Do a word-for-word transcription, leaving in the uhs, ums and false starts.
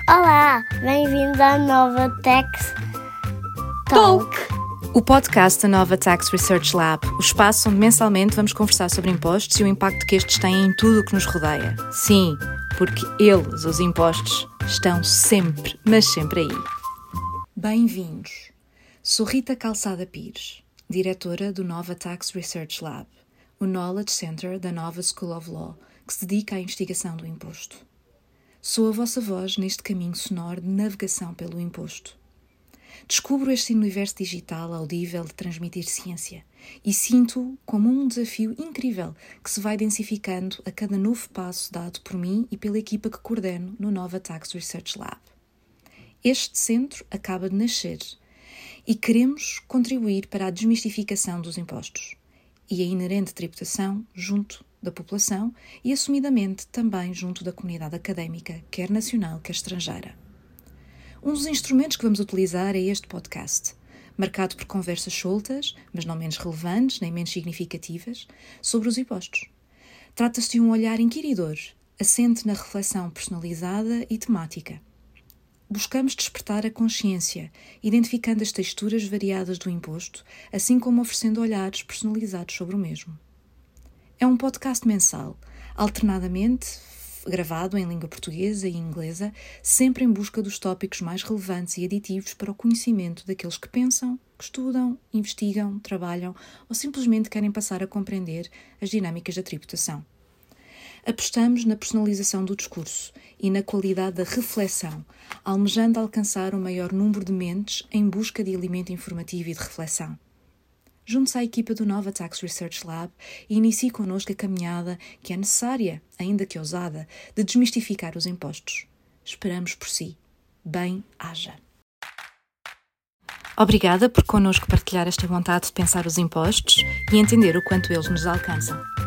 Olá, bem-vindo à Nova Tax Talk. O podcast da Nova Tax Research Lab, o espaço onde mensalmente vamos conversar sobre impostos e o impacto que estes têm em tudo o que nos rodeia. Sim, porque eles, os impostos, estão sempre, mas sempre aí. Bem-vindos. Sou Rita Calçada Pires, diretora do Nova Tax Research Lab, o Knowledge Center da Nova School of Law, que se dedica à investigação do imposto. Sou a vossa voz neste caminho sonoro de navegação pelo imposto. Descubro este universo digital audível de transmitir ciência e sinto-o como um desafio incrível que se vai densificando a cada novo passo dado por mim e pela equipa que coordeno no Nova Tax Research Lab. Este centro acaba de nascer e queremos contribuir para a desmistificação dos impostos e a inerente tributação junto da população e, assumidamente, também junto da comunidade académica, quer nacional, quer estrangeira. Um dos instrumentos que vamos utilizar é este podcast, marcado por conversas soltas, mas não menos relevantes nem menos significativas, sobre os impostos. Trata-se de um olhar inquiridor, assente na reflexão personalizada e temática. Buscamos despertar a consciência, identificando as texturas variadas do imposto, assim como oferecendo olhares personalizados sobre o mesmo. É um podcast mensal, alternadamente gravado em língua portuguesa e inglesa, sempre em busca dos tópicos mais relevantes e aditivos para o conhecimento daqueles que pensam, que estudam, investigam, trabalham ou simplesmente querem passar a compreender as dinâmicas da tributação. Apostamos na personalização do discurso e na qualidade da reflexão, almejando alcançar o maior número de mentes em busca de alimento informativo e de reflexão. Junte-se à equipa do Nova Tax Research Lab e inicie connosco a caminhada que é necessária, ainda que ousada, de desmistificar os impostos. Esperamos por si. Bem-haja. Obrigada por connosco partilhar esta vontade de pensar os impostos e entender o quanto eles nos alcançam.